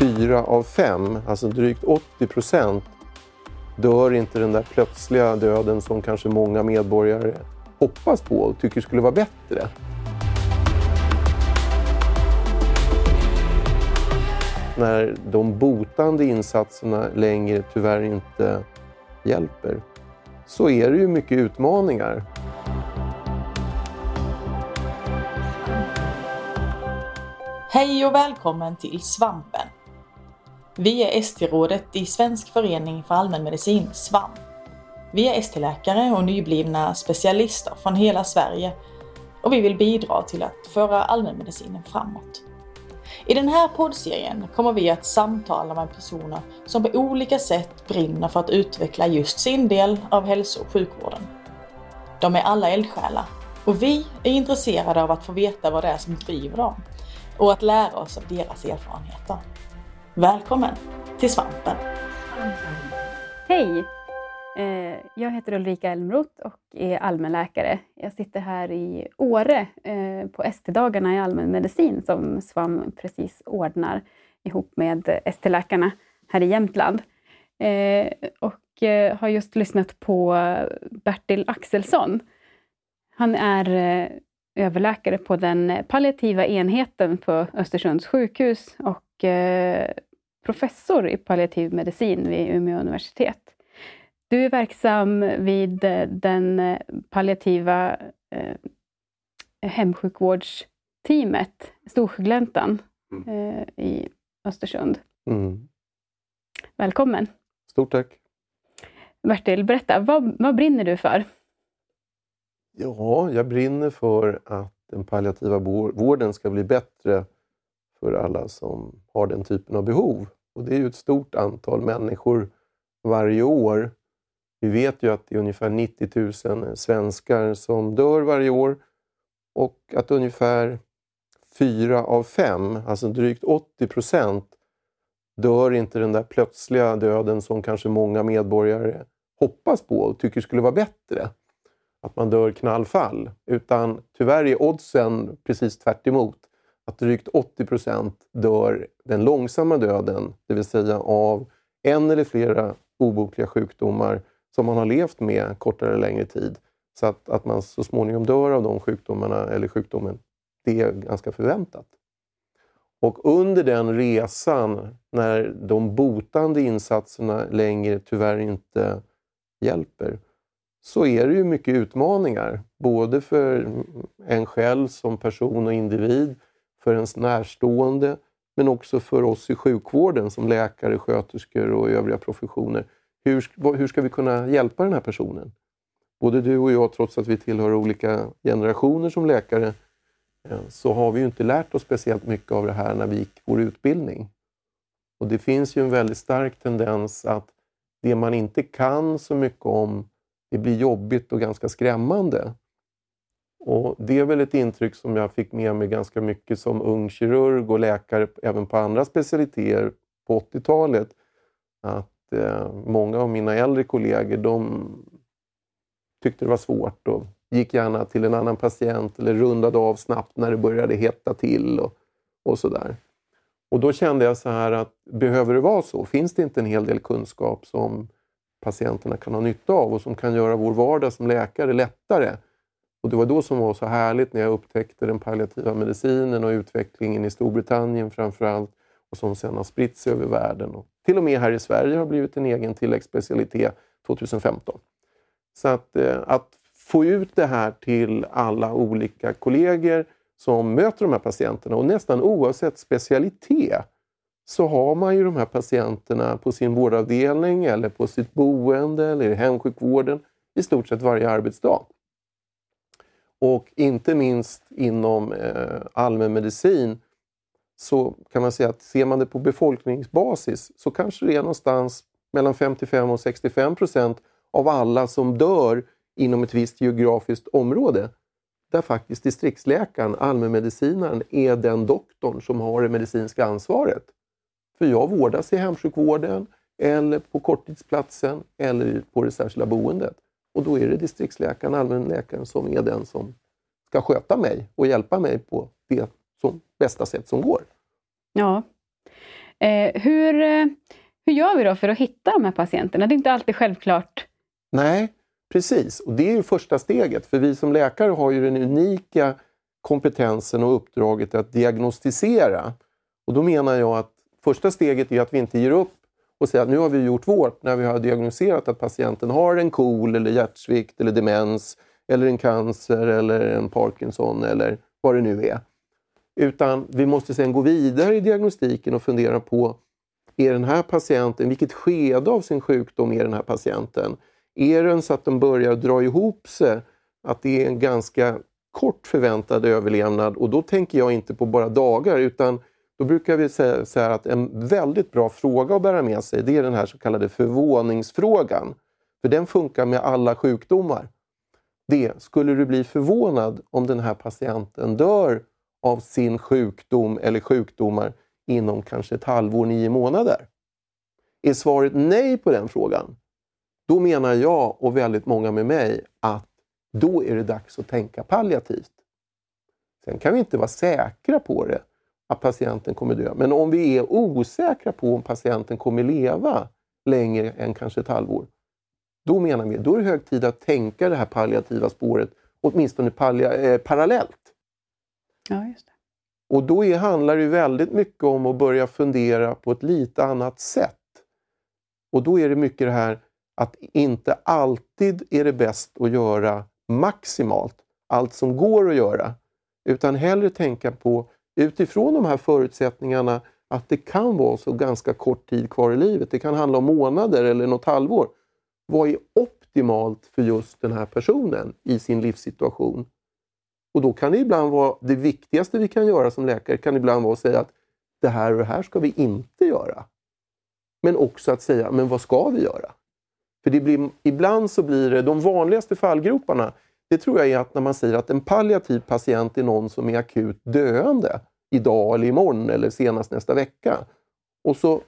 4 av 5, alltså drygt 80%, dör inte den där plötsliga döden som kanske många medborgare hoppas på och tycker skulle vara bättre. När de botande insatserna längre tyvärr inte hjälper, så är det ju mycket utmaningar. Hej och välkommen till Svampen. Vi är ST-rådet i Svensk förening för allmänmedicin, SVAM. Vi är ST-läkare och nyblivna specialister från hela Sverige och vi vill bidra till att föra allmänmedicinen framåt. I den här poddserien kommer vi att samtala med personer som på olika sätt brinner för att utveckla just sin del av hälso- och sjukvården. De är alla eldsjälar och vi är intresserade av att få veta vad det är som driver dem och att lära oss av deras erfarenheter. Välkommen till Svampen! Hej! Jag heter Ulrika Elmroth och är allmänläkare. Jag sitter här i Åre på ST-dagarna i allmänmedicin som SVAM precis ordnar ihop med ST-läkarna här i Jämtland. Och har just lyssnat på Bertil Axelsson. Han är överläkare på den palliativa enheten på Östersunds sjukhus och professor i palliativ medicin vid Umeå universitet. Du är verksam vid den palliativa hemsjukvårdsteamet Storsjögläntan i Östersund. Mm. Välkommen. Stort tack. Bertil, berätta, vad brinner du för? Ja, jag brinner för att den palliativa vården ska bli bättre för alla som har den typen av behov. Och det är ju ett stort antal människor varje år. Vi vet ju att det är ungefär 90 000 svenskar som dör varje år. Och att ungefär 4 av 5, alltså drygt 80%, dör inte den där plötsliga döden som kanske många medborgare hoppas på och tycker skulle vara bättre. Att man dör knallfall. Utan tyvärr är oddsen precis tvärt emot. Att drygt 80% dör den långsamma döden. Det vill säga av en eller flera obotliga sjukdomar som man har levt med kortare eller längre tid. Så att man så småningom dör av de sjukdomarna eller sjukdomen, det är ganska förväntat. Och under den resan, när de botande insatserna längre tyvärr inte hjälper, så är det ju mycket utmaningar. Både för en själv som person och individ, för ens närstående, men också för oss i sjukvården som läkare, sköterskor och övriga professioner. Hur ska vi kunna hjälpa den här personen? Både du och jag, trots att vi tillhör olika generationer som läkare, så har vi ju inte lärt oss speciellt mycket av det här när vi gick vår utbildning. Och det finns ju en väldigt stark tendens att det man inte kan så mycket om, det blir jobbigt och ganska skrämmande. Och det är väl ett intryck som jag fick med mig ganska mycket som ung kirurg och läkare även på andra specialiteter på 80-talet. Att många av mina äldre kollegor, de tyckte det var svårt och gick gärna till en annan patient eller rundade av snabbt när det började hetta till och sådär. Och då kände jag så här att behöver det vara så? Finns det inte en hel del kunskap som patienterna kan ha nytta av och som kan göra vår vardag som läkare lättare? Och det var då som var så härligt när jag upptäckte den palliativa medicinen och utvecklingen i Storbritannien framförallt, och som sedan har spritt sig över världen. Och till och med här i Sverige har blivit en egen tilläggsspecialitet 2015. Så att få ut det här till alla olika kollegor som möter de här patienterna, och nästan oavsett specialitet så har man ju de här patienterna på sin vårdavdelning eller på sitt boende eller i hemsjukvården i stort sett varje arbetsdag. Och inte minst inom allmänmedicin så kan man säga att ser man det på befolkningsbasis så kanske det är någonstans mellan 55 och 65% av alla som dör inom ett visst geografiskt område. Där faktiskt distriktsläkaren, allmänmedicinaren, är den doktorn som har det medicinska ansvaret. För jag vårdas i hemsjukvården eller på korttidsplatsen eller på det särskilda boendet. Och då är det distriktsläkaren, allmänläkaren, som är den som ska sköta mig och hjälpa mig på det som bästa sätt som går. Ja. Hur gör vi då för att hitta de här patienterna? Det är inte alltid självklart. Nej, precis. Och det är ju första steget. För vi som läkare har ju den unika kompetensen och uppdraget att diagnostisera. Och då menar jag att första steget är att vi inte ger upp och säger att nu har vi gjort vårt när vi har diagnostiserat att patienten har en KOL eller hjärtsvikt eller demens eller en cancer eller en Parkinson eller vad det nu är. Utan vi måste sedan gå vidare i diagnostiken och fundera på, är den här patienten, vilket skede av sin sjukdom är den här patienten? Är den så att den börjar dra ihop sig, att det är en ganska kort förväntad överlevnad, och då tänker jag inte på bara dagar, utan då brukar vi säga så här att en väldigt bra fråga att bära med sig, det är den här så kallade förvåningsfrågan. För den funkar med alla sjukdomar. Skulle du bli förvånad om den här patienten dör av sin sjukdom eller sjukdomar inom kanske ett halvår, 9 månader? Är svaret nej på den frågan, då menar jag och väldigt många med mig att då är det dags att tänka palliativt. Sen kan vi inte vara säkra på det, att patienten kommer dö. Men om vi är osäkra på om patienten kommer leva längre än kanske ett halvår, då menar vi, då är det hög tid att tänka det här palliativa spåret åtminstone parallellt. Ja, just det. Och då handlar det väldigt mycket om att börja fundera på ett lite annat sätt. Och då är det mycket det här att inte alltid är det bäst att göra maximalt allt som går att göra. Utan hellre tänka på, utifrån de här förutsättningarna, att det kan vara så ganska kort tid kvar i livet. Det kan handla om månader eller något halvår. Vad är optimalt för just den här personen i sin livssituation? Och då kan det ibland vara, det viktigaste vi kan göra som läkare kan ibland vara att säga att det här och det här ska vi inte göra. Men också att säga, men vad ska vi göra? För ibland så blir det, de vanligaste fallgroparna, det tror jag är att när man säger att en palliativ patient är någon som är akut döende idag eller imorgon eller senast nästa vecka. Och så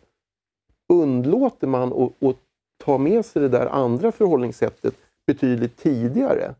undlåter man att ta med sig det där andra förhållningssättet betydligt tidigare.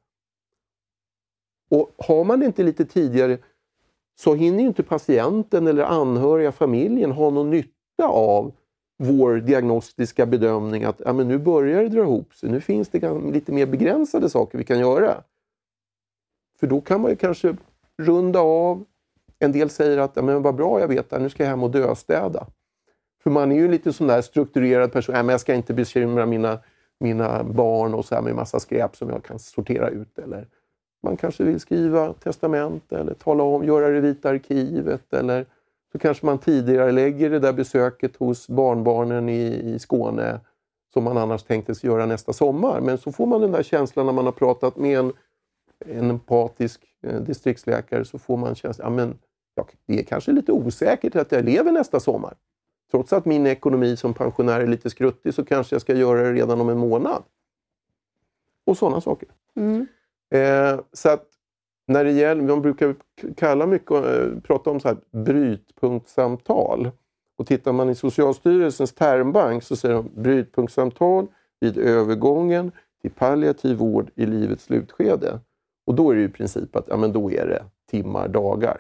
Och har man det inte lite tidigare så hinner ju inte patienten eller anhöriga familjen ha någon nytta av vår diagnostiska bedömning att ja, men nu börjar det dra ihop sig. Nu finns det lite mer begränsade saker vi kan göra. För då kan man ju kanske runda av. En del säger att ja, men vad bra, jag vet att nu ska jag hem och döstäda. För man är ju lite sån där strukturerad person. Ja, men jag ska inte bekymra mina barn och så här med massa skräp som jag kan sortera ut. Eller man kanske vill skriva testament eller tala om, göra det vita arkivet. Eller så kanske man tidigare lägger det där besöket hos barnbarnen i Skåne som man annars tänkte sig göra nästa sommar. Men så får man den där känslan när man har pratat med en empatisk distriktsläkare, så får man känslan, det är kanske lite osäkert att jag lever nästa sommar. Trots att min ekonomi som pensionär är lite skruttig så kanske jag ska göra det redan om en månad. Och sådana saker. Mm. Så att när det gäller, de brukar kalla mycket, prata om så här brytpunktsamtal. Och tittar man i Socialstyrelsens termbank så säger de brytpunktsamtal vid övergången till palliativ vård i livets slutskede. Och då är det ju i princip att då är det timmar, dagar.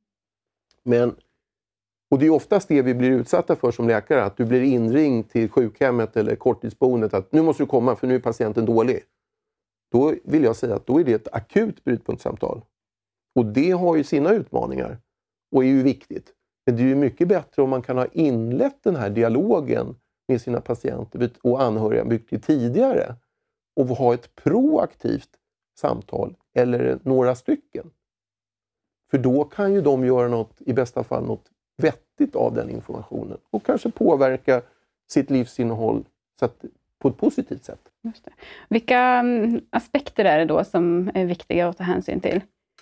Och det är oftast det vi blir utsatta för som läkare, att du blir inringd till sjukhemmet eller korttidsboendet att nu måste du komma för nu är patienten dålig. Då vill jag säga att då är det ett akut brytpunktsamtal. Och det har ju sina utmaningar och är ju viktigt. Men det är ju mycket bättre om man kan ha inlett den här dialogen med sina patienter och anhöriga mycket tidigare. Och ha ett proaktivt samtal eller några stycken. För då kan ju de göra något, i bästa fall något vettigt av den informationen. Och kanske påverka sitt livsinnehåll så att, på ett positivt sätt. Just det. Vilka aspekter är det då som är viktiga att ta hänsyn till?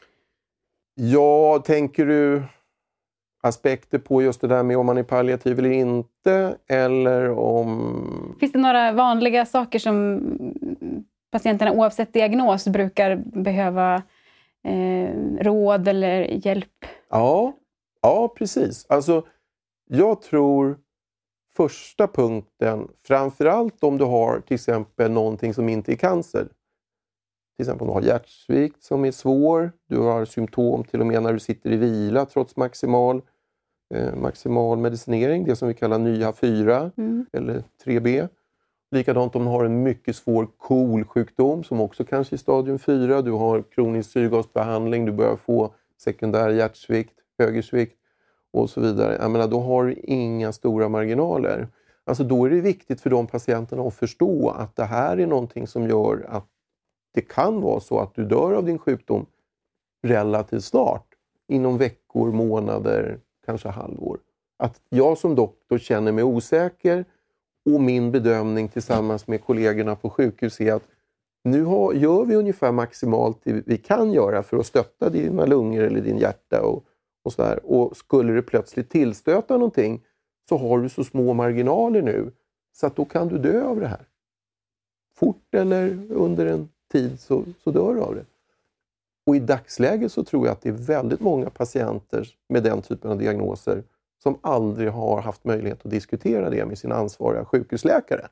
Ja, tänker du aspekter på just det där med om man är palliativ eller inte? Eller om... Finns det några vanliga saker som patienterna oavsett diagnos brukar behöva råd eller hjälp? Ja, precis. Alltså, jag tror första punkten, framförallt om du har till exempel någonting som inte är cancer. Till exempel om du har hjärtsvikt som är svår. Du har symptom till och med när du sitter i vila trots maximal maximal medicinering, det som vi kallar NYHA 4 eller 3B. Likadant om du har en mycket svår KOL-sjukdom som också kanske är stadium 4. Du har kronisk syrgasbehandling, du börjar få sekundär hjärtsvikt, högersvikt och så vidare. Jag menar, då har du inga stora marginaler. Alltså då är det viktigt för de patienterna att förstå att det här är någonting som gör att det kan vara så att du dör av din sjukdom relativt snart. Inom veckor, månader, kanske halvår. Att jag som doktor känner mig osäker och min bedömning tillsammans med kollegorna på sjukhus är att nu gör vi ungefär maximalt det vi kan göra för att stötta dina lungor eller din hjärta och så där. Och skulle det plötsligt tillstöta någonting så har du så små marginaler nu så att då kan du dö av det här. Fort eller under en tid så dör du av det. Och i dagsläget så tror jag att det är väldigt många patienter med den typen av diagnoser som aldrig har haft möjlighet att diskutera det med sin ansvariga sjukhusläkare.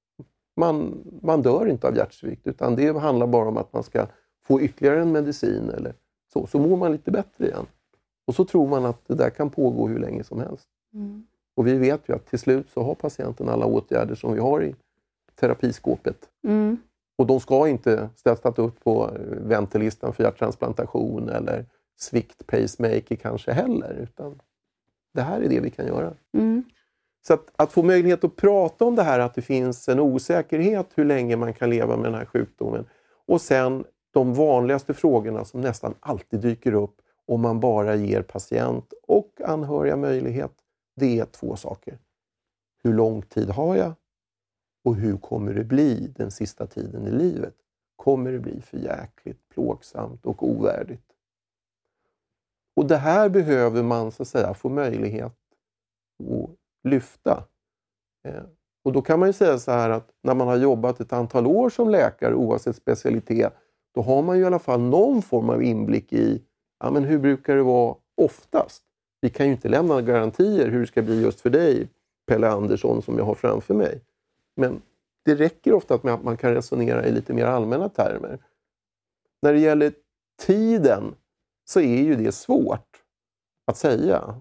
Man dör inte av hjärtsvikt utan det handlar bara om att man ska få ytterligare en medicin eller så mår man lite bättre igen. Och så tror man att det där kan pågå hur länge som helst. Och vi vet ju att till slut så har patienten alla åtgärder som vi har i terapiskåpet. Och de ska inte ställas upp på väntelistan för hjärttransplantation eller svikt pacemaker kanske heller. Utan det här är det vi kan göra. Så att få möjlighet att prata om det här, att det finns en osäkerhet hur länge man kan leva med den här sjukdomen. Och sen de vanligaste frågorna som nästan alltid dyker upp om man bara ger patient och anhöriga möjlighet. Det är 2 saker. Hur lång tid har jag? Och hur kommer det bli den sista tiden i livet? Kommer det bli för jäkligt plågsamt och ovärdigt? Och det här behöver man så att säga få möjlighet att lyfta. Och då kan man ju säga så här att när man har jobbat ett antal år som läkare oavsett specialitet, då har man ju i alla fall någon form av inblick i men hur brukar det vara oftast? Vi kan ju inte lämna garantier hur det ska bli just för dig, Pelle Andersson, som jag har framför mig. Men det räcker ofta med att man kan resonera i lite mer allmänna termer. När det gäller tiden så är ju det svårt att säga.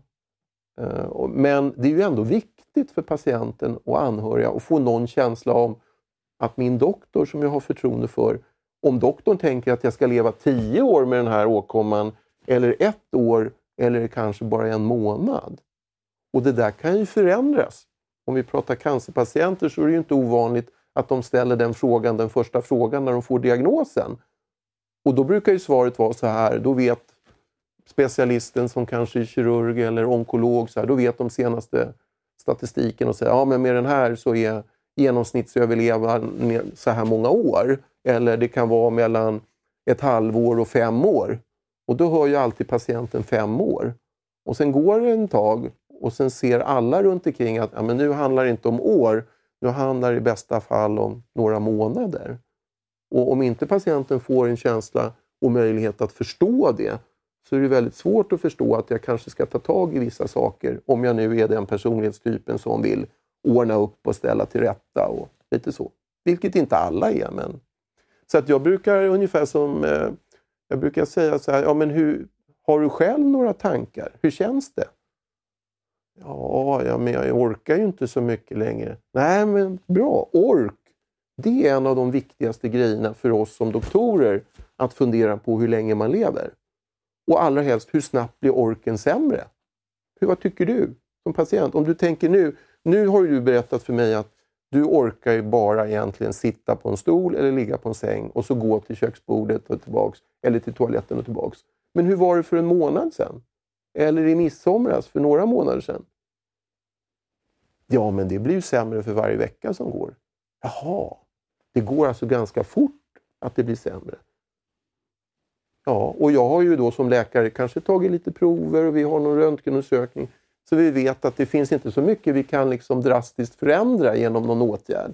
Men det är ju ändå viktigt för patienten och anhöriga att få någon känsla om att min doktor som jag har förtroende för, om doktorn tänker att jag ska leva 10 år med den här åkomman eller 1 år eller kanske bara 1 månad. Och det där kan ju förändras. Om vi pratar cancerpatienter så är det ju inte ovanligt att de ställer den första frågan när de får diagnosen. Och då brukar ju svaret vara så här, då vet specialisten som kanske är kirurg eller onkolog, så här, då vet de senaste statistiken och säger men med den här så är genomsnittsöverlevaren så här många år. Eller det kan vara mellan 1 halvår och 5 år. Och då hör ju alltid patienten 5 år. Och sen går det en tag och sen ser alla runt omkring att men nu handlar det inte om år, nu handlar det i bästa fall om några månader. Och om inte patienten får en känsla och möjlighet att förstå det, så är det väldigt svårt att förstå att jag kanske ska ta tag i vissa saker om jag nu är den personlighetstypen som vill ordna upp och ställa till rätta och lite så. Vilket inte alla är, men... Så att jag brukar ungefär som... Jag brukar säga så här, men har du själv några tankar? Hur känns det? Ja, men jag orkar ju inte så mycket längre. Nej, men bra. Ork. Det är en av de viktigaste grejerna för oss som doktorer att fundera på hur länge man lever. Och allra helst, hur snabbt blir orken sämre? Vad tycker du som patient? Om du tänker nu har du berättat för mig att du orkar ju bara egentligen sitta på en stol eller ligga på en säng och så gå till köksbordet och tillbaks, eller till toaletten och tillbaks. Men hur var det för en månad sedan? Eller i midsomras för några månader sedan? Ja, men det blir ju sämre för varje vecka som går. Jaha, det går alltså ganska fort att det blir sämre. Ja, och jag har ju då som läkare kanske tagit lite prover och vi har någon röntgenundersökning. Så vi vet att det finns inte så mycket vi kan liksom drastiskt förändra genom någon åtgärd.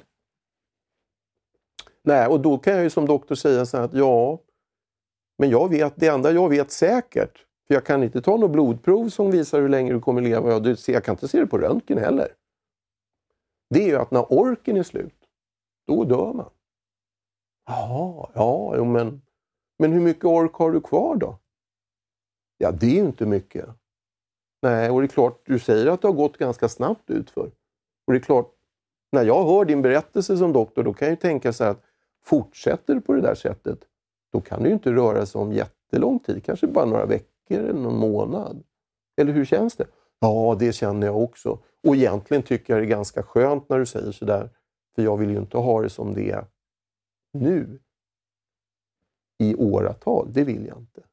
Nej, och då kan jag ju som doktor säga så här att men det enda jag vet säkert, för jag kan inte ta något blodprov som visar hur länge du kommer leva, jag kan inte se det på röntgen heller. Det är ju att när orken är slut, då dör man. Men hur mycket ork har du kvar då? Ja, det är ju inte mycket. Nej, och det är klart, du säger att det har gått ganska snabbt utför. Och det är klart, när jag hör din berättelse som doktor, då kan jag ju tänka så här att fortsätter du på det där sättet, då kan det ju inte röra sig om jättelång tid. Kanske bara några veckor eller någon månad. Eller hur känns det? Ja, det känner jag också. Och egentligen tycker jag det är ganska skönt när du säger så där. För jag vill ju inte ha det som det är nu. I åratal, det vill jag inte.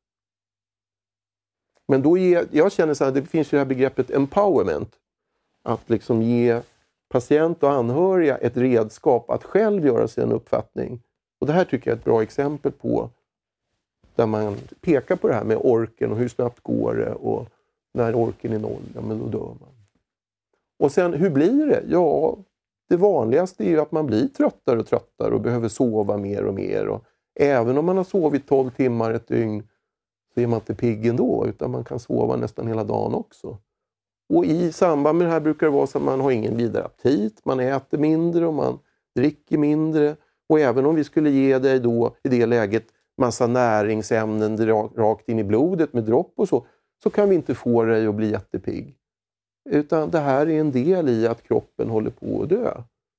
Men då jag känner så här, det finns ju det här begreppet empowerment. Att liksom ge patient och anhöriga ett redskap att själv göra sig en uppfattning. Och det här tycker jag är ett bra exempel på där man pekar på det här med orken och hur snabbt går det och när orken är noll, ja men då dör man. Och sen, hur blir det? Ja, det vanligaste är ju att man blir tröttare och tröttare och behöver sova mer och mer. Och även om man har sovit 12 timmar ett dygn så är man inte pigg ändå, utan man kan sova nästan hela dagen också. Och i samband med det här brukar det vara så att man har ingen vidare aptit, man äter mindre och man dricker mindre. Och även om vi skulle ge dig då i det läget massa näringsämnen rakt in i blodet med dropp och så kan vi inte få dig att bli jättepigg. Utan det här är en del i att kroppen håller på att dö.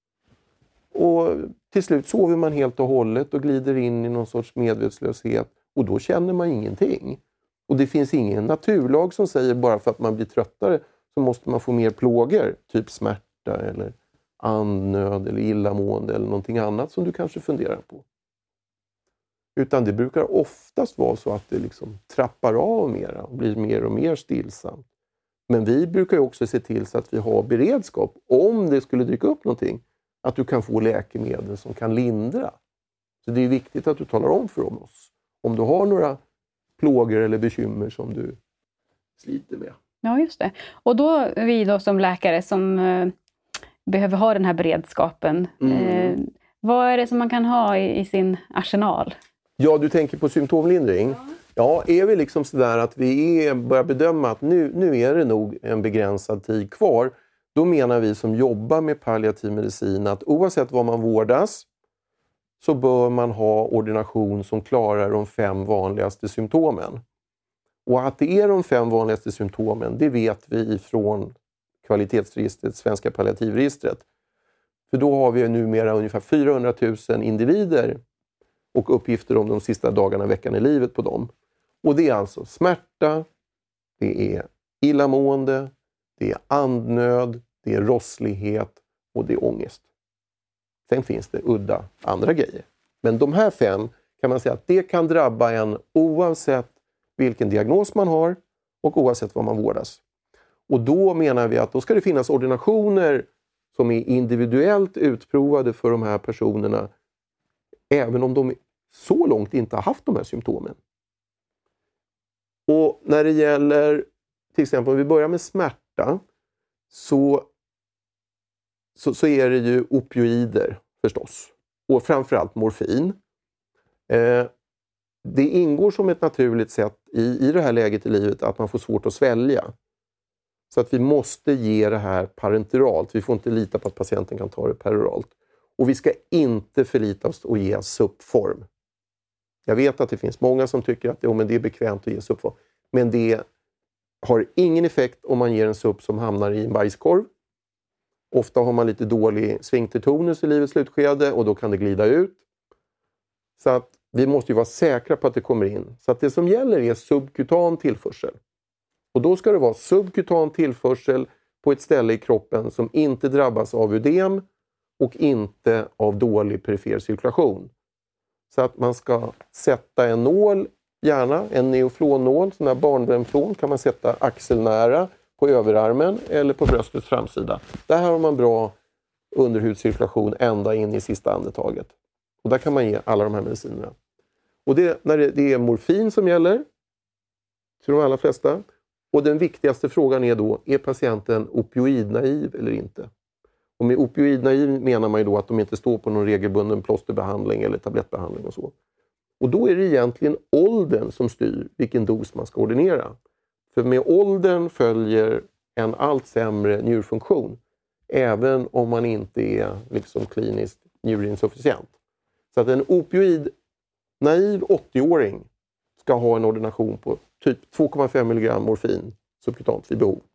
Och till slut sover man helt och hållet och glider in i någon sorts medvetslöshet. Och då känner man ingenting. Och det finns ingen naturlag som säger bara för att man blir tröttare så måste man få mer plågor. Typ smärta eller andnöd eller illamående eller någonting annat som du kanske funderar på. Utan det brukar oftast vara så att det liksom trappar av mera och blir mer och mer stillsamt. Men vi brukar ju också se till så att vi har beredskap om det skulle dyka upp någonting. Att du kan få läkemedel som kan lindra. Så det är viktigt att du talar om för oss om du har några plågor eller bekymmer som du sliter med. Ja, just det. Och då vi då som läkare som behöver ha den här beredskapen. Vad är det som man kan ha i sin arsenal? Ja, du tänker på symptomlindring. Ja, är vi liksom sådär att vi börjar bedöma att nu är det nog en begränsad tid kvar. Då menar vi som jobbar med palliativ medicin att oavsett vad man vårdas så bör man ha ordination som klarar de 5 vanligaste symptomen. Och att det är de 5 vanligaste symptomen, det vet vi från kvalitetsregistret, Svenska palliativregistret. För då har vi numera ungefär 400 000 individer och uppgifter om de sista dagarna, veckan i livet på dem. Och det är alltså smärta, det är illamående, det är andnöd, det är rosslighet och det är ångest. Sen finns det udda andra grejer. Men de här 5 kan man säga att det kan drabba en oavsett vilken diagnos man har och oavsett vad man vårdas. Och då menar vi att då ska det finnas ordinationer som är individuellt utprovade för de här personerna även om de så långt inte har haft de här symptomen. Och när det gäller, till exempel om vi börjar med smärta så är det ju opioider förstås. Och framförallt morfin. Det ingår som ett naturligt sätt i det här läget i livet att man får svårt att svälja. Så att vi måste ge det här parenteralt. Vi får inte lita på att patienten kan ta det peroralt. Och vi ska inte förlita oss och ge suppform. Jag vet att det finns många som tycker att men det är bekvämt att ge suppform. Men det har ingen effekt om man ger en supp som hamnar i en bajskorv. Ofta har man lite dålig sfinktertonus i livets slutskede och då kan det glida ut. Så att vi måste ju vara säkra på att det kommer in. Så att det som gäller är subkutan tillförsel. Och då ska det vara subkutan tillförsel på ett ställe i kroppen som inte drabbas av ödem och inte av dålig perifer cirkulation. Så att man ska sätta en nål, gärna en neoflonnål, sån här barnbrännflon kan man sätta axelnära på överarmen eller på bröstets framsida. Där har man bra underhudscirkulation ända in i sista andetaget. Och där kan man ge alla de här medicinerna. Och när det är morfin som gäller, för de allra flesta. Och den viktigaste frågan är då, är patienten opioidnaiv eller inte? Och med opioidnaiv menar man ju då att de inte står på någon regelbunden plåsterbehandling eller tablettbehandling och så. Och då är det egentligen åldern som styr vilken dos man ska ordinera. För med åldern följer en allt sämre njurfunktion. Även om man inte är liksom kliniskt njurinsufficient. Så att en opioidnaiv 80-åring ska ha en ordination på typ 2,5 mg morfin subkutant vid behov.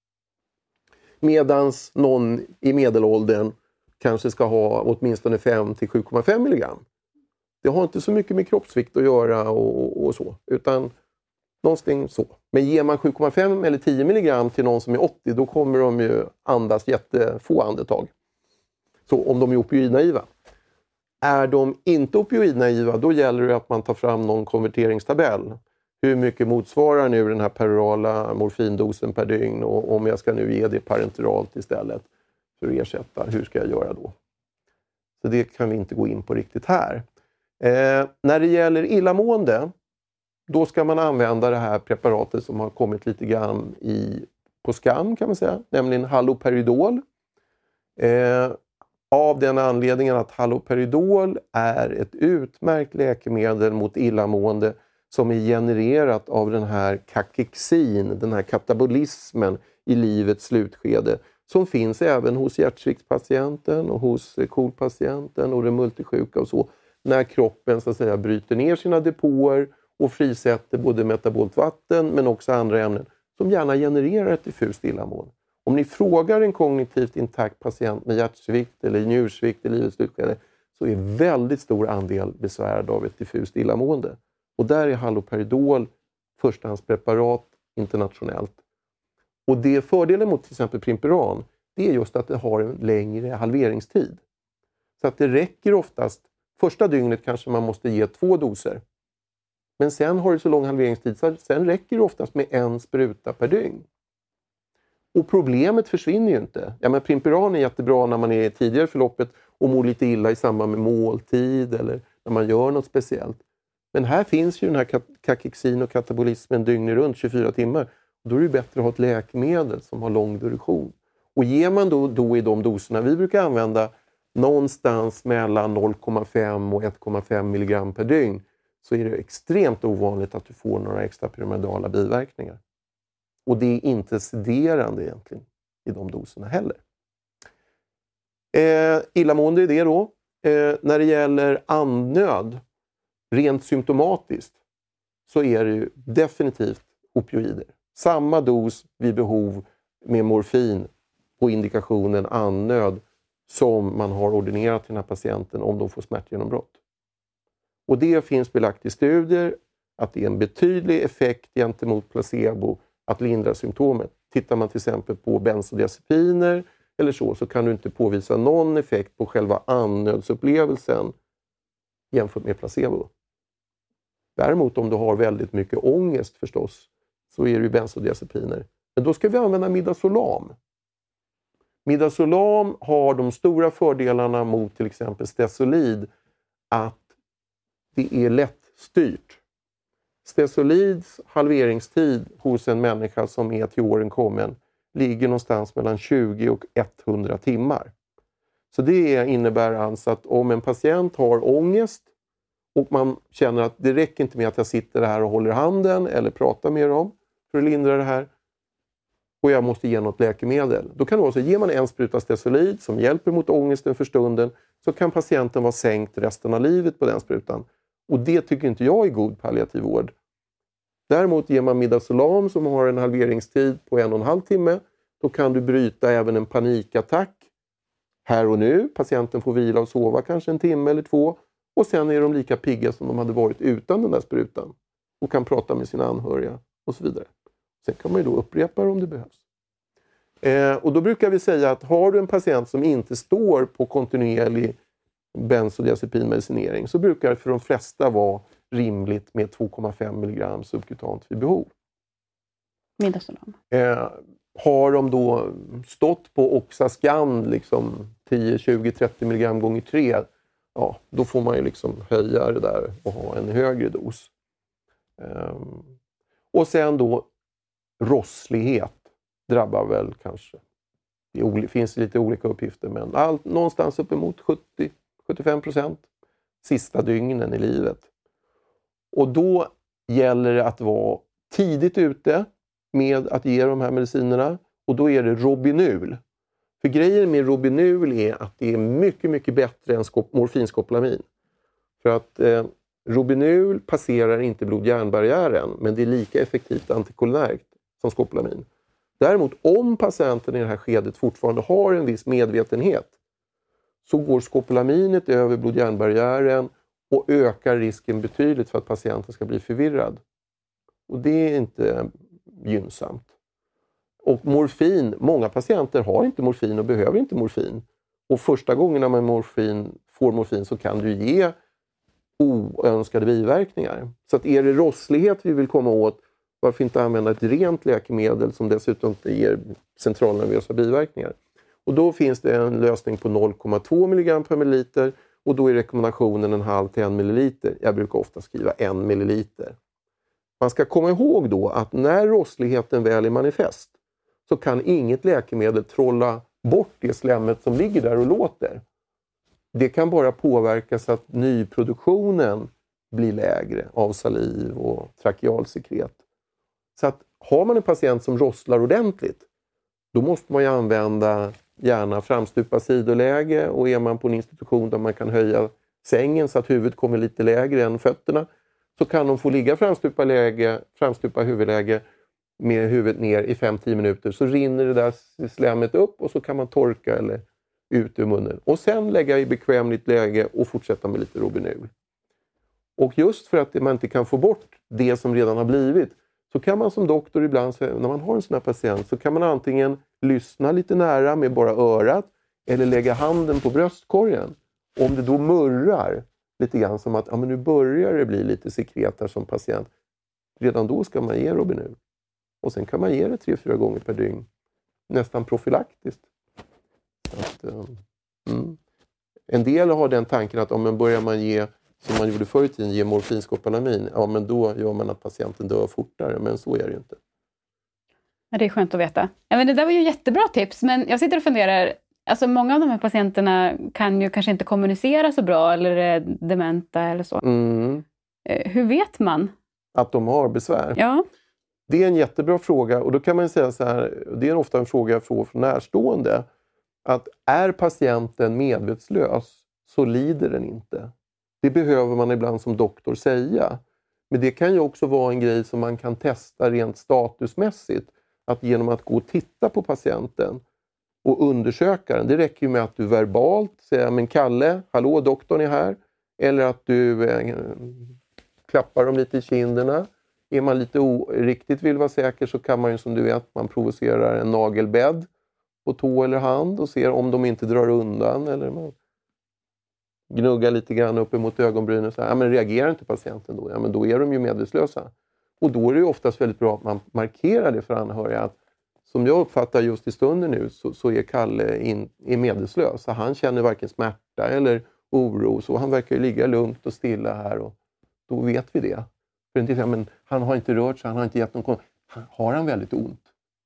Medans någon i medelåldern kanske ska ha åtminstone 5 till 7,5 milligram. Det har inte så mycket med kroppsvikt att göra och så, utan någonting så. Men ger man 7,5 eller 10 milligram till någon som är 80, då kommer de ju andas jättefå andetag. Så om de är opioidnaiva. Är de inte opioidnaiva, då gäller det att man tar fram någon konverteringstabell. Hur mycket motsvarar nu den här perorala morfindosen per dygn, och om jag ska nu ge det parenteralt istället för att ersätta, hur ska jag göra då? Så det kan vi inte gå in på riktigt här. När det gäller illamående, då ska man använda det här preparatet som har kommit lite grann på skam, kan man säga, nämligen haloperidol. Av den anledningen att haloperidol är ett utmärkt läkemedel mot illamående som är genererat av den här kakexin, den här katabolismen i livets slutskede, som finns även hos hjärtsviktspatienten och hos KOL-patienten och den multisjuka och så, när kroppen så att säga bryter ner sina depåer och frisätter både metabolt vatten men också andra ämnen som gärna genererar ett diffust illamående. Om ni frågar en kognitivt intakt patient med hjärtsvikt eller njursvikt i livets slutskede, så är väldigt stor andel besvärad av ett diffust illamående. Och där är haloperidol förstahandspreparat internationellt. Och det fördelen mot till exempel Primperan, det är just att det har en längre halveringstid. Så att det räcker oftast, första dygnet kanske man måste ge 2 doser. Men sen har det så lång halveringstid så sen räcker det oftast med 1 spruta per dygn. Och problemet försvinner ju inte. Ja, men Primperan är jättebra när man är tidigare i förloppet och mår lite illa i samband med måltid eller när man gör något speciellt. Men här finns ju den här kakexin och katabolismen dygnet runt 24 timmar. Då är det bättre att ha ett läkemedel som har lång duration. Och ger man då i de doserna vi brukar använda någonstans mellan 0,5 och 1,5 milligram per dygn, så är det extremt ovanligt att du får några extrapyramidala biverkningar. Och det är inte sederande egentligen i de doserna heller. Illamående är det då. När det gäller andnöd, rent symptomatiskt, så är det ju definitivt opioider. Samma dos vid behov med morfin på indikationen andnöd som man har ordinerat till den här patienten om de får smärtgenombrott. Och det finns belagt i studier att det är en betydlig effekt gentemot placebo att lindra symptomet. Tittar man till exempel på bensodiazepiner eller så kan du inte påvisa någon effekt på själva andnödsupplevelsen jämfört med placebo. Däremot om du har väldigt mycket ångest förstås, så är det ju bensodiazepiner. Men då ska vi använda midazolam. Midazolam har de stora fördelarna mot till exempel Stesolid, att det är lätt styrt. Stesolids halveringstid hos en människa som är till åren kommen ligger någonstans mellan 20 och 100 timmar. Så det innebär alltså att om en patient har ångest och man känner att det räcker inte med att jag sitter här och håller handen eller pratar med dem för att lindra det här, och jag måste ge något läkemedel. Då kan det vara så, ger man 1 spruta Stesolid som hjälper mot ångesten för stunden, så kan patienten vara sänkt resten av livet på den sprutan. Och det tycker inte jag är god palliativ vård. Däremot ger man midazolam som har en halveringstid på 1,5 timme, då kan du bryta även en panikattack här och nu. Patienten får vila och sova kanske 1 timme eller 2, och sen är de lika pigga som de hade varit utan den där sprutan och kan prata med sina anhöriga och så vidare. Sen kan man ju då upprepa det om det behövs. Och då brukar vi säga att har du en patient som inte står på kontinuerlig bensodiazepinmedicinering, så brukar det för de flesta vara rimligt med 2,5 milligram subkutant vid behov. Midazolam. Har de då stått på Oxascan liksom 10, 20, 30 milligram gånger 3, ja, då får man ju liksom höja det där och ha en högre dos. Och sen då rosslighet drabbar väl kanske. Det finns lite olika uppgifter, men någonstans uppemot 70-75% sista dygnen i livet. Och då gäller det att vara tidigt ute med att ge de här medicinerna, och då är det Robinul. För grejen med Robinul är att det är mycket, mycket bättre än morfinskoplamin. För att Robinul passerar inte blod-hjärnbarriären, men det är lika effektivt antikolinärt som skopolamin. Däremot om patienten i det här skedet fortfarande har en viss medvetenhet, så går skopolaminet över blod-hjärnbarriären och ökar risken betydligt för att patienten ska bli förvirrad. Och det är inte gynnsamt. Och morfin, många patienter har inte morfin och behöver inte morfin. Och första gången när man får morfin så kan du ge oönskade biverkningar. Så att är det rosslighet vi vill komma åt, varför inte använda ett rent läkemedel som dessutom inte ger centralnervösa biverkningar. Och då finns det en lösning på 0,2 mg per milliliter och då är rekommendationen 0,5 till 1 milliliter. Jag brukar ofta skriva 1 milliliter. Man ska komma ihåg då att när rossligheten väl är manifest så kan inget läkemedel trolla bort det slemmet som ligger där och låter. Det kan bara påverka så att nyproduktionen blir lägre av saliv och trakealsekret. Så att har man en patient som rosslar ordentligt, då måste man ju använda gärna framstupa sidoläge, och är man på en institution där man kan höja sängen så att huvudet kommer lite lägre än fötterna, så kan de få ligga framstupa huvudläge med huvudet ner i 5-10 minuter, så rinner det där slemmet upp och så kan man torka eller ut ur munnen. Och sen lägga i bekvämligt läge och fortsätta med lite Robinul. Och just för att man inte kan få bort det som redan har blivit, så kan man som doktor ibland, när man har en sån här patient, så kan man antingen lyssna lite nära med bara örat eller lägga handen på bröstkorgen. Om det då murrar lite grann som att men nu börjar det bli lite sekretar som patient, redan då ska man ge Robinul. Och sen kan man ge det 3-4 gånger per dygn. Nästan profylaktiskt. En del har den tanken att om man börjar man ge, som man gjorde förr i tiden, ge morfinskopolamin, men då gör man att patienten dör fortare. Men så är det ju inte. Det är skönt att veta. Ja, men det där var ju jättebra tips, men jag sitter och funderar, alltså många av de här patienterna kan ju kanske inte kommunicera så bra eller är dementa eller så. Hur vet man? Att de har besvär? Ja. Det är en jättebra fråga, och då kan man säga så här, det är ofta en fråga jag får från närstående, att är patienten medvetslös så lider den inte. Det behöver man ibland som doktor säga. Men det kan ju också vara en grej som man kan testa rent statusmässigt, att genom att gå och titta på patienten och undersöka den. Det räcker ju med att du verbalt säger, men Kalle, hallå, doktorn är här. Eller att du klappar dem lite i kinderna. Är man lite riktigt vill vara säker, så kan man ju, som du vet, man provocerar en nagelbädd på tå eller hand och ser om de inte drar undan, eller man gnuggar lite grann upp emot ögonbrynen och säger, men reagerar inte patienten då? Ja, men då är de ju medvetslösa. Och då är det ju oftast väldigt bra att man markerar det för anhöriga, att som jag uppfattar just i stunden nu, så är Kalle är medvetslös. Så han känner varken smärta eller oro, så han verkar ju ligga lugnt och stilla här, och då vet vi det. För inte säga, men han har inte rört sig, han har inte gett någon har han väldigt ont.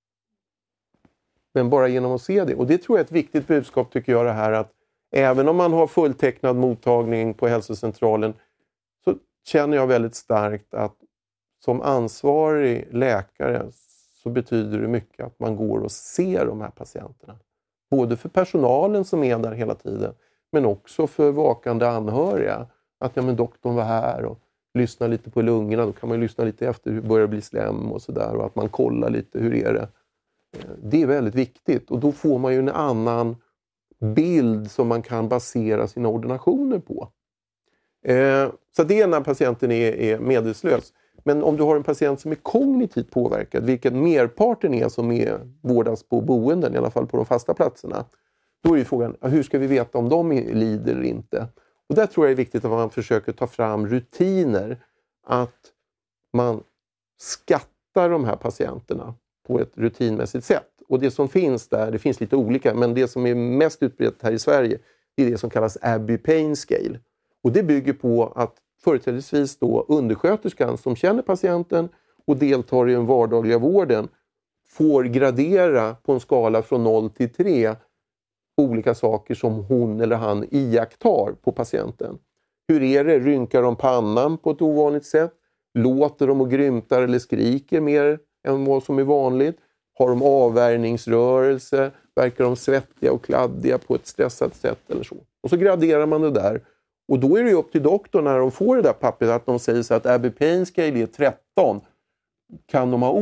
Men bara genom att se det. Och det tror jag är ett viktigt budskap, tycker jag, det här att även om man har fulltecknad mottagning på hälsocentralen, så känner jag väldigt starkt att som ansvarig läkare så betyder det mycket att man går och ser de här patienterna. Både för personalen som är där hela tiden, men också för vakande anhöriga. Att men doktorn var här och lyssna lite på lungorna, då kan man ju lyssna lite efter hur det börjar bli slem och sådär, och att man kollar lite hur är det. Det är väldigt viktigt, och då får man ju en annan bild som man kan basera sina ordinationer på. Så det är när patienten är medvetslös. Men om du har en patient som är kognitivt påverkad, vilket merparten är som är vårdas på boenden, i alla fall på de fasta platserna, då är ju frågan, hur ska vi veta om de lider eller inte? Och där tror jag det är viktigt att man försöker ta fram rutiner, att man skattar de här patienterna på ett rutinmässigt sätt. Och det som finns där, det finns lite olika, men det som är mest utbrett här i Sverige är det som kallas Abbey Pain Scale. Och det bygger på att företrädesvis då undersköterskan som känner patienten och deltar i den vardagliga vården får gradera på en skala från 0 till 3 olika saker som hon eller han iakttar på patienten. Hur är det? Rynkar de pannan på ett ovanligt sätt? Låter de och grymtar eller skriker mer än vad som är vanligt? Har de avvärjningsrörelse? Verkar de svettiga och kladdiga på ett stressat sätt eller så? Och så graderar man det där. Och då är det ju upp till doktorn när de får det där pappret att de säger så att Abbey Pain Scale är 13. Kan de ha ont?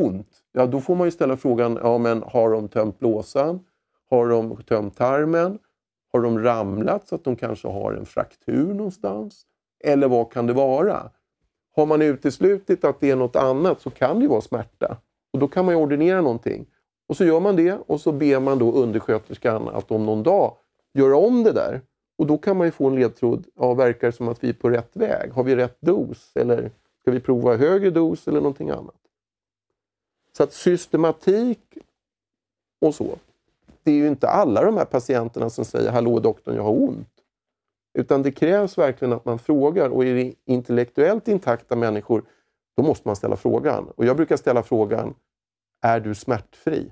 Ja, då får man ju ställa frågan, ja men har de tömt blåsan? Har de tömt tarmen? Har de ramlat så att de kanske har en fraktur någonstans? Eller vad kan det vara? Har man uteslutit att det är något annat så kan det ju vara smärta. Och då kan man ju ordinera någonting. Och så gör man det och så ber man då undersköterskan att om någon dag göra om det där. Och då kan man ju få en ledtråd, ja, verkar det som att vi är på rätt väg? Har vi rätt dos? Eller ska vi prova högre dos eller någonting annat? Så att systematik och så. Det är ju inte alla de här patienterna som säger, hallå doktorn, jag har ont. Utan det krävs verkligen att man frågar. Och är det intellektuellt intakta människor, då måste man ställa frågan. Och jag brukar ställa frågan, är du smärtfri?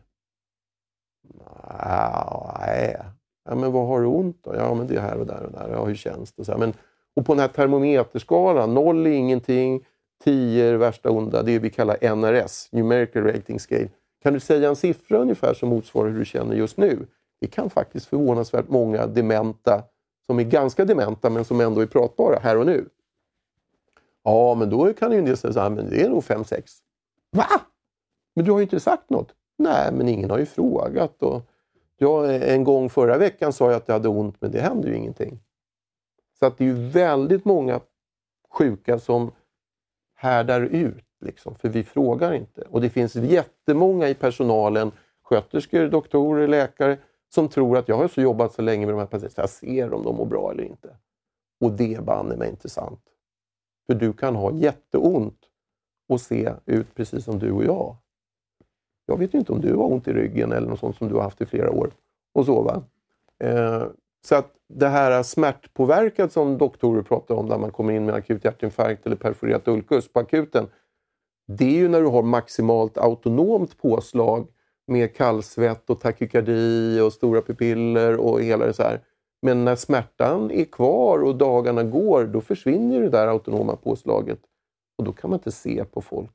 Nej. Ja, men vad har du ont då? Ja, men det är här och där och där. Ja, hur känns det? Så här, men, och på den här termometerskalan, 0 är ingenting, 10 är värsta onda. Det är vi kallar NRS, Numerical Rating Scale. Kan du säga en siffra ungefär som motsvarar hur du känner just nu? Det kan faktiskt förvånansvärt många dementa, som är ganska dementa men som ändå är pratbara här och nu. Ja, men då kan ju en del säga så här, men det är nog 5-6. Va? Men du har ju inte sagt något. Nej, men ingen har ju frågat. Och en gång förra veckan sa jag att jag hade ont, men det hände ju ingenting. Så att det är ju väldigt många sjuka som härdar ut. Liksom, för vi frågar inte. Och det finns jättemånga i personalen, sköterskor, doktorer, läkare, som tror att jag har så jobbat så länge med de här patienterna. Jag ser om de mår bra eller inte. Och det banne mig inte sant. För du kan ha jätteont och se ut precis som du och jag. Jag vet ju inte om du har ont i ryggen eller något sånt som du har haft i flera år. Och så va. Så att det här smärtpåverkat som doktorer pratar om, där man kommer in med akut hjärtinfarkt eller perforerat ulkus på akuten. Det är ju när du har maximalt autonomt påslag med kallsvett och takykardi och stora pupiller och hela det så här. Men när smärtan är kvar och dagarna går, då försvinner det där autonoma påslaget. Och då kan man inte se på folk.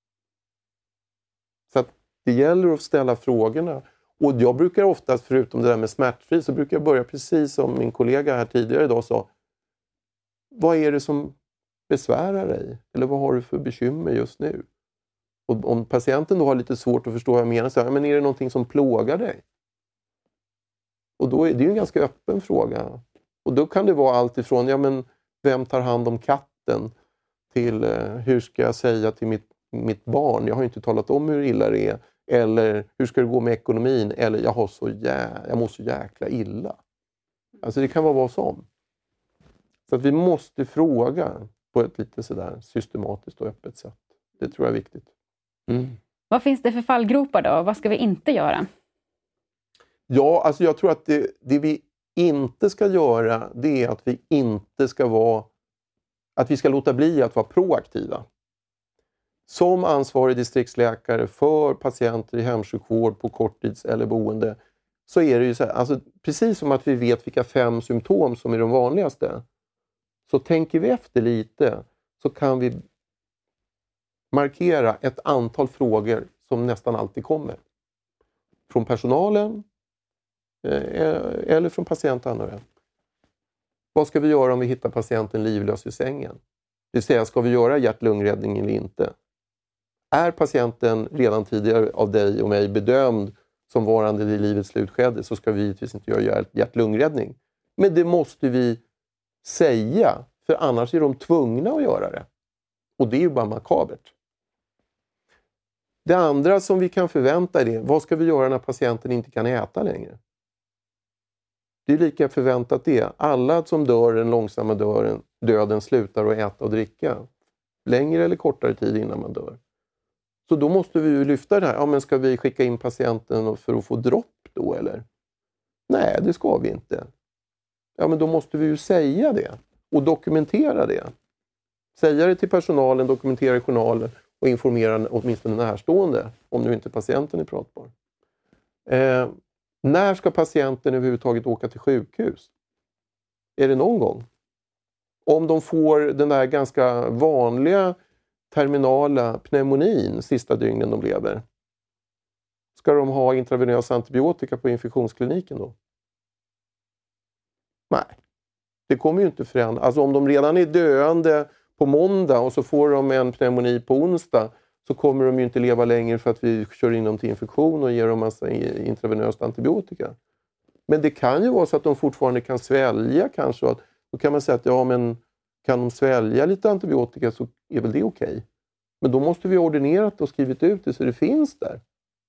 Så att det gäller att ställa frågorna. Och jag brukar oftast, förutom det där med smärtfri, så brukar jag börja precis som min kollega här tidigare idag sa. Vad är det som besvärar dig? Eller vad har du för bekymmer just nu? Och om patienten då har lite svårt att förstå vad jag menar, så här, men är det någonting som plågar dig? Och då är det ju en ganska öppen fråga. Och då kan det vara allt ifrån, ja men vem tar hand om katten? Till hur ska jag säga till mitt barn? Jag har inte talat om hur illa det är. Eller hur ska det gå med ekonomin? Eller jag mår så jäkla illa. Alltså det kan vara vad som. Så att vi måste fråga på ett lite sådär systematiskt och öppet sätt. Det tror jag är viktigt. Mm. Vad finns det för fallgropar då? Vad ska vi inte göra? Ja, alltså jag tror att det vi inte ska göra, det är att vi inte ska vara, att vi ska låta bli att vara proaktiva. Som ansvarig distriktsläkare för patienter i hemsjukvård på korttids- eller boende, så är det ju så här, alltså precis som att vi vet vilka 5 symptom som är de vanligaste, så tänker vi efter lite så kan vi markera ett antal frågor som nästan alltid kommer. Från personalen eller från patientanhöriga. Vad ska vi göra om vi hittar patienten livlös i sängen? Det vill säga, ska vi göra hjärt-lungräddning eller inte? Är patienten redan tidigare av dig och mig bedömd som varande i livets slutskede, så ska vi givetvis inte göra hjärt-lungräddning. Men det måste vi säga, för annars är de tvungna att göra det. Och det är ju bara makabert. Det andra som vi kan förvänta är det, vad ska vi göra när patienten inte kan äta längre? Det är lika förväntat det. Alla som dör den långsamma döden slutar att äta och dricka. Längre eller kortare tid innan man dör. Så då måste vi ju lyfta det här. Ja, men ska vi skicka in patienten för att få dropp då eller? Nej, det ska vi inte. Ja, men då måste vi ju säga det. Och dokumentera det. Säga det till personalen, dokumentera i journalen. Och informera åtminstone närstående. Om nu inte patienten är pratbar. När ska patienten överhuvudtaget åka till sjukhus? Är det någon gång? Om de får den där ganska vanliga terminala pneumonin sista dygnen de lever. Ska de ha intravenös antibiotika på infektionskliniken då? Nej. Det kommer ju inte förändra. Alltså om de redan är döende på måndag och så får de en pneumoni på onsdag, så kommer de ju inte leva längre för att vi kör in dem till infektion och ger dem massa intravenöst antibiotika. Men det kan ju vara så att de fortfarande kan svälja kanske. Då kan man säga att ja, men kan de svälja lite antibiotika så är väl det okej. Men då måste vi ha ordinerat och skrivit ut det så det finns där.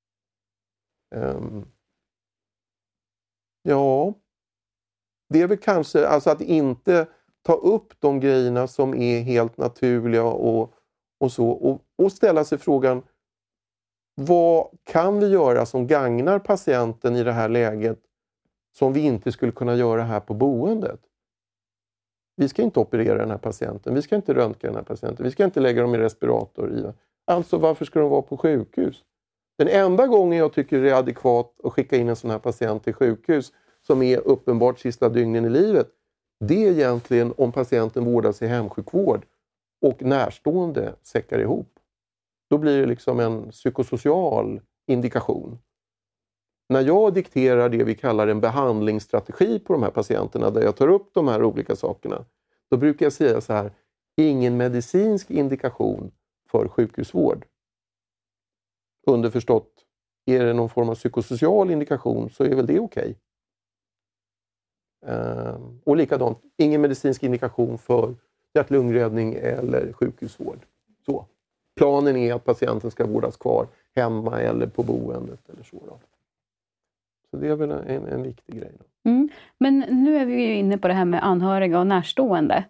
Ja, det är väl kanske alltså att inte ta upp de grejerna som är helt naturliga och så. Och ställa sig frågan, vad kan vi göra som gagnar patienten i det här läget som vi inte skulle kunna göra här på boendet? Vi ska inte operera den här patienten. Vi ska inte röntga den här patienten. Vi ska inte lägga dem i respirator. Alltså varför ska de vara på sjukhus? Den enda gången jag tycker det är adekvat att skicka in en sån här patient till sjukhus som är uppenbart sista dygnen i livet, det är egentligen om patienten vårdas i hemsjukvård och närstående säckar ihop. Då blir det liksom en psykosocial indikation. När jag dikterar det vi kallar en behandlingsstrategi på de här patienterna där jag tar upp de här olika sakerna, då brukar jag säga så här: ingen medicinsk indikation för sjukhusvård. Underförstått, är det någon form av psykosocial indikation så är väl det okej. Och likadant, ingen medicinsk indikation för hjärt-lungräddning eller sjukhusvård. Så. Planen är att patienten ska vårdas kvar hemma eller på boendet eller så då. Så det är väl en viktig grej då. Men nu är vi ju inne på det här med anhöriga och närstående.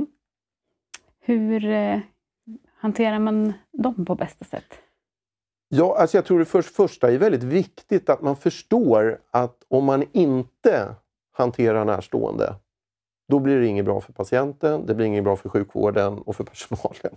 Hur hanterar man dem på bästa sätt? Ja, alltså jag tror det första är väldigt viktigt att man förstår att om man inte hanterar närstående, då blir det inget bra för patienten, det blir inget bra för sjukvården och för personalen.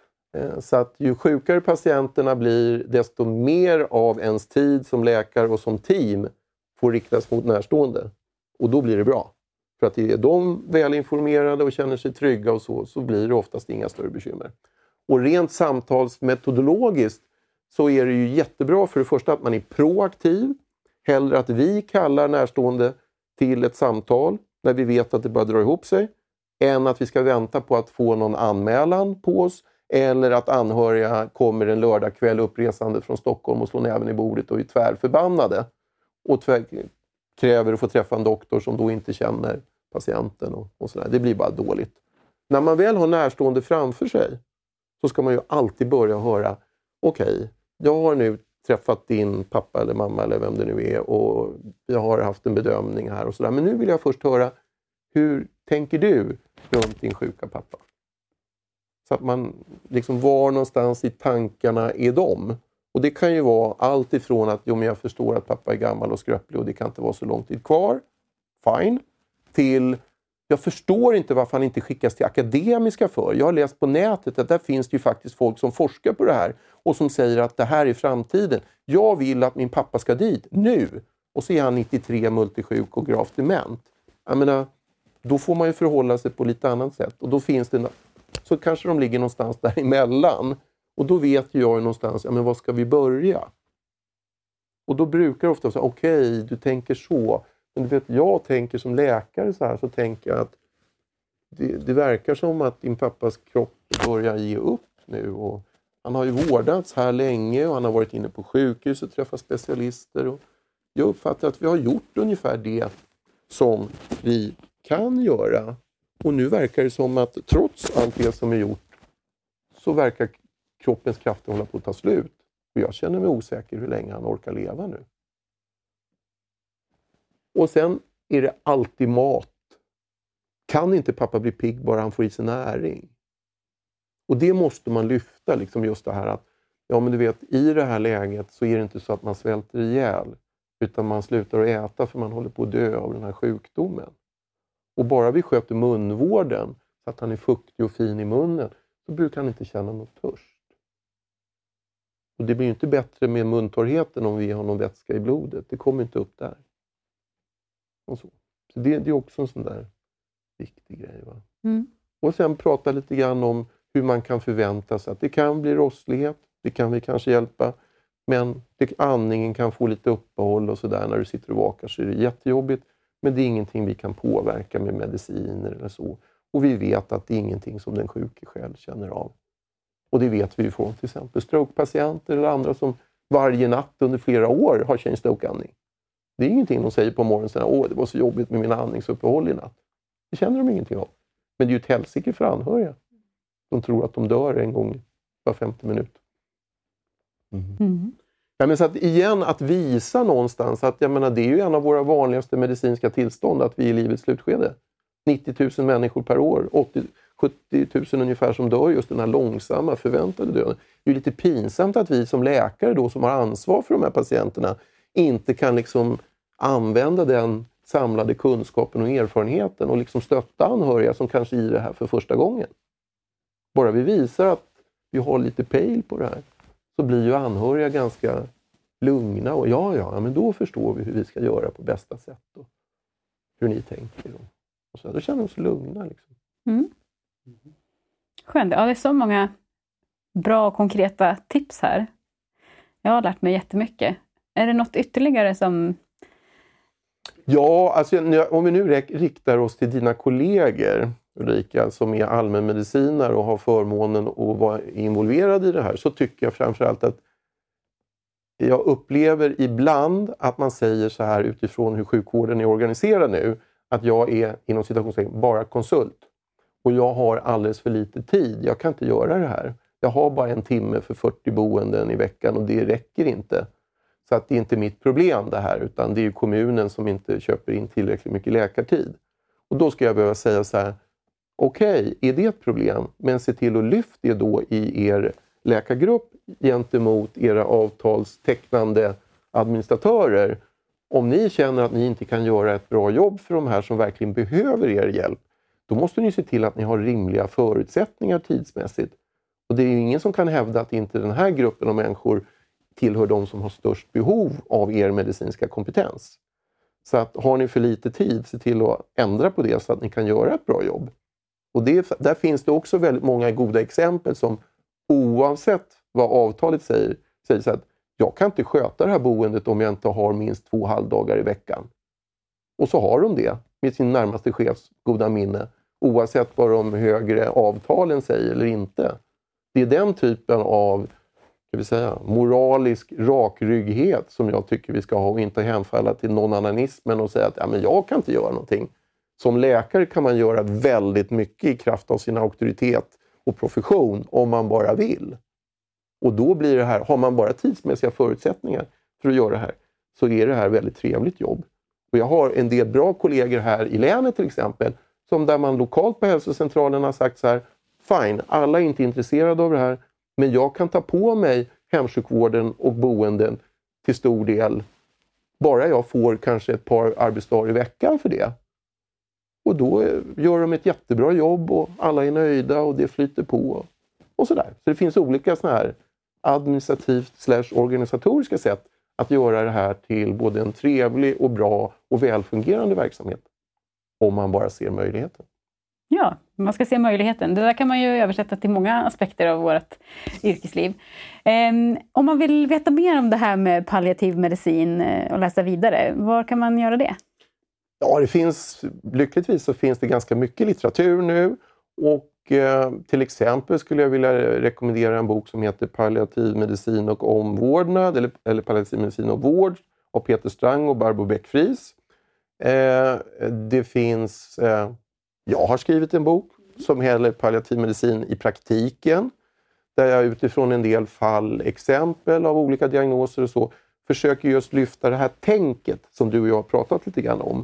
Så att ju sjukare patienterna blir, desto mer av ens tid som läkare och som team får riktas mot närstående. Och då blir det bra. För att är de välinformerade och känner sig trygga och så blir det oftast inga större bekymmer. Och rent samtalsmetodologiskt så är det ju jättebra för det första att man är proaktiv. Hellre att vi kallar närstående till ett samtal när vi vet att det börjar dra ihop sig. Än att vi ska vänta på att få någon anmälan på oss. Eller att anhöriga kommer en lördagkväll uppresande från Stockholm och slår näven i bordet och är tvärförbannade. Och kräver att få träffa en doktor som då inte känner patienten och sådär. Det blir bara dåligt. När man väl har närstående framför sig så ska man ju alltid börja höra: okej, jag har nu träffat din pappa eller mamma eller vem det nu är och vi har haft en bedömning här och sådär. Men nu vill jag först höra, hur tänker du runt din sjuka pappa? Så att man liksom, var någonstans i tankarna är de. Och det kan ju vara allt ifrån att men jag förstår att pappa är gammal och skröplig och det kan inte vara så lång tid kvar. Fine. Till jag förstår inte varför han inte skickas till akademiska för. Jag har läst på nätet att där finns det ju faktiskt folk som forskar på det här och som säger att det här är framtiden. Jag vill att min pappa ska dit nu. Och så är han 93, multisjuk och gravt dement. Jag menar, då får man ju förhålla sig på lite annat sätt. Och då finns det, så kanske de ligger någonstans däremellan. Och då vet jag någonstans, men var ska vi börja? Och då brukar jag ofta säga, okej, du tänker så. Men du vet, jag tänker som läkare så här, så tänker jag att det verkar som att din pappas kropp börjar ge upp nu. Och han har ju vårdats här länge och han har varit inne på sjukhus och träffat specialister. Och jag uppfattar att vi har gjort ungefär det som vi kan göra. Och nu verkar det som att trots allt det som är gjort så verkar kroppens krafter hålla på att ta slut. Och jag känner mig osäker hur länge han orkar leva nu. Och sen är det alltid mat. Kan inte pappa bli pigg bara han får i sig näring? Och det måste man lyfta, liksom just det här att men du vet, i det här läget så är det inte så att man svälter ihjäl. Utan man slutar att äta för man håller på att dö av den här sjukdomen. Och bara vi sköter munvården så att han är fuktig och fin i munnen så brukar han inte känna något törst. Och det blir ju inte bättre med muntorrheten om vi har någon vätska i blodet. Det kommer inte upp där. Och så det är också en sån där viktig grej. Va? Och sen prata lite grann om hur man kan förvänta sig att det kan bli rosslighet. Det kan vi kanske hjälpa. Men andningen kan få lite uppehåll och sådär. När du sitter och vakar så är det jättejobbigt. Men det är ingenting vi kan påverka med mediciner eller så. Och vi vet att det är ingenting som den sjuke själv känner av. Och det vet vi ju från till exempel strokepatienter eller andra som varje natt under flera år har change stroke-andning. Det är ingenting de säger på morgonen, så det var så jobbigt med mina andningsuppehåll i natt. Det känner de ingenting av. Men det är ju ett helsike för anhöriga. De tror att de dör en gång var 50 minut. Ja, men så att igen, att visa någonstans att jag menar, det är ju en av våra vanligaste medicinska tillstånd att vi är i livets slutskede. 90 000 människor per år, 70 000 ungefär som dör just den här långsamma förväntade döden. Det är ju lite pinsamt att vi som läkare då som har ansvar för de här patienterna inte kan liksom använda den samlade kunskapen och erfarenheten och liksom stötta anhöriga som kanske i det här för första gången. Bara vi visar att vi har lite pejl på det här så blir ju anhöriga ganska lugna och ja, men då förstår vi hur vi ska göra på bästa sätt och hur ni tänker. Och så, då känner de sig lugna. Liksom. Skönt. Ja, det är så många bra och konkreta tips här. Jag har lärt mig jättemycket. Är det något ytterligare som... Ja, alltså, om vi nu riktar oss till dina kollegor, Ulrika, som är allmänmedicinare och har förmånen att vara involverad i det här, så tycker jag framförallt att jag upplever ibland att man säger så här utifrån hur sjukvården är organiserad nu, att jag är inom citationstecken bara konsult. Och jag har alldeles för lite tid. Jag kan inte göra det här. Jag har bara 1 timme för 40 boenden i veckan och det räcker inte. Så att det är inte mitt problem det här, utan det är ju kommunen som inte köper in tillräckligt mycket läkartid. Och då ska jag behöva säga så här, okej, är det ett problem? Men se till att lyfta det då i er läkargrupp gentemot era avtalstecknande administratörer. Om ni känner att ni inte kan göra ett bra jobb för de här som verkligen behöver er hjälp, då måste ni se till att ni har rimliga förutsättningar tidsmässigt. Och det är ju ingen som kan hävda att inte den här gruppen av människor tillhör de som har störst behov av er medicinska kompetens. Så att har ni för lite tid, se till att ändra på det så att ni kan göra ett bra jobb. Och där finns det också väldigt många goda exempel som oavsett vad avtalet säger så att jag kan inte sköta det här boendet om jag inte har minst 2 halvdagar i veckan. Och så har de det med sin närmaste chefs goda minne, oavsett vad de högre avtalen säger eller inte. Det är den typen av, ska vi säga, moralisk rakrygghet som jag tycker vi ska ha och inte hänfalla till nånannanismen och säga att ja, men jag kan inte göra någonting. Som läkare kan man göra väldigt mycket i kraft av sin auktoritet och profession om man bara vill. Och då blir det här, har man bara tidsmässiga förutsättningar för att göra det här, så är det här väldigt trevligt jobb. Och jag har en del bra kollegor här i länet till exempel, som där man lokalt på hälsocentralen har sagt så här, fine, alla är inte intresserade av det här, men jag kan ta på mig hemsjukvården och boenden till stor del, bara jag får kanske ett par arbetsdagar i veckan för det. Och då gör de ett jättebra jobb och alla är nöjda och det flyter på och sådär. Så det finns olika såna här administrativt / organisatoriska sätt att göra det här till både en trevlig och bra och välfungerande verksamhet. Om man bara ser möjligheten. Ja, man ska se möjligheten. Det där kan man ju översätta till många aspekter av vårt yrkesliv. Om man vill veta mer om det här med palliativ medicin och läsa vidare, var kan man göra det? Ja, lyckligtvis så finns det ganska mycket litteratur nu. Och till exempel skulle jag vilja rekommendera en bok som heter Palliativ medicin och omvårdnad eller Palliativ medicin och vård av Peter Strang och Barbro Beck-Friis. Det finns, jag har skrivit en bok som heter Palliativ medicin i praktiken, där jag utifrån en del exempel av olika diagnoser och så försöker just lyfta det här tänket som du och jag har pratat lite grann om.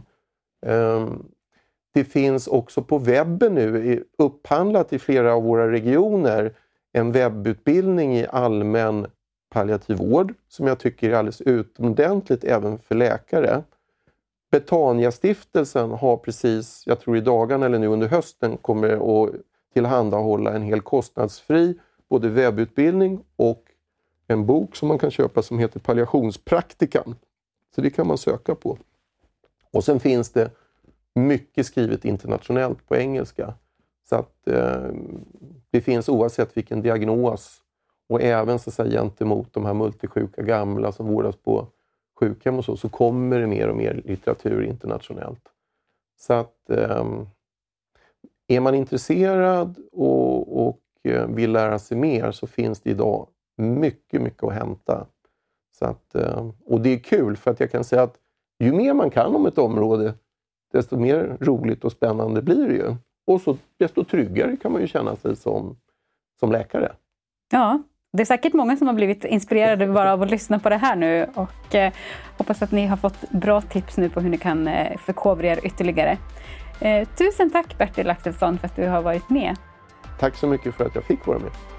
Det finns också på webben nu upphandlat i flera av våra regioner en webbutbildning i allmän palliativ vård som jag tycker är alldeles utomordentligt även för läkare. Betania-stiftelsen har precis, jag tror i dagarna eller nu under hösten, kommer att tillhandahålla en helt kostnadsfri både webbutbildning och en bok som man kan köpa som heter Palliationspraktikan. Så det kan man söka på. Och sen finns det mycket skrivet internationellt på engelska. Så att det finns oavsett vilken diagnos och även så att säga gentemot de här multisjuka gamla som vårdas på sjukhem och så kommer det mer och mer litteratur internationellt. Så att är man intresserad och vill lära sig mer så finns det idag mycket att hämta. Så att, och det är kul för att jag kan säga att ju mer man kan om ett område desto mer roligt och spännande blir det ju. Och så desto tryggare kan man ju känna sig som läkare. Ja, det är säkert många som har blivit inspirerade bara av att lyssna på det här nu och hoppas att ni har fått bra tips nu på hur ni kan förkovra er ytterligare. Tusen tack Bertil Axelsson för att du har varit med. Tack så mycket för att jag fick vara med.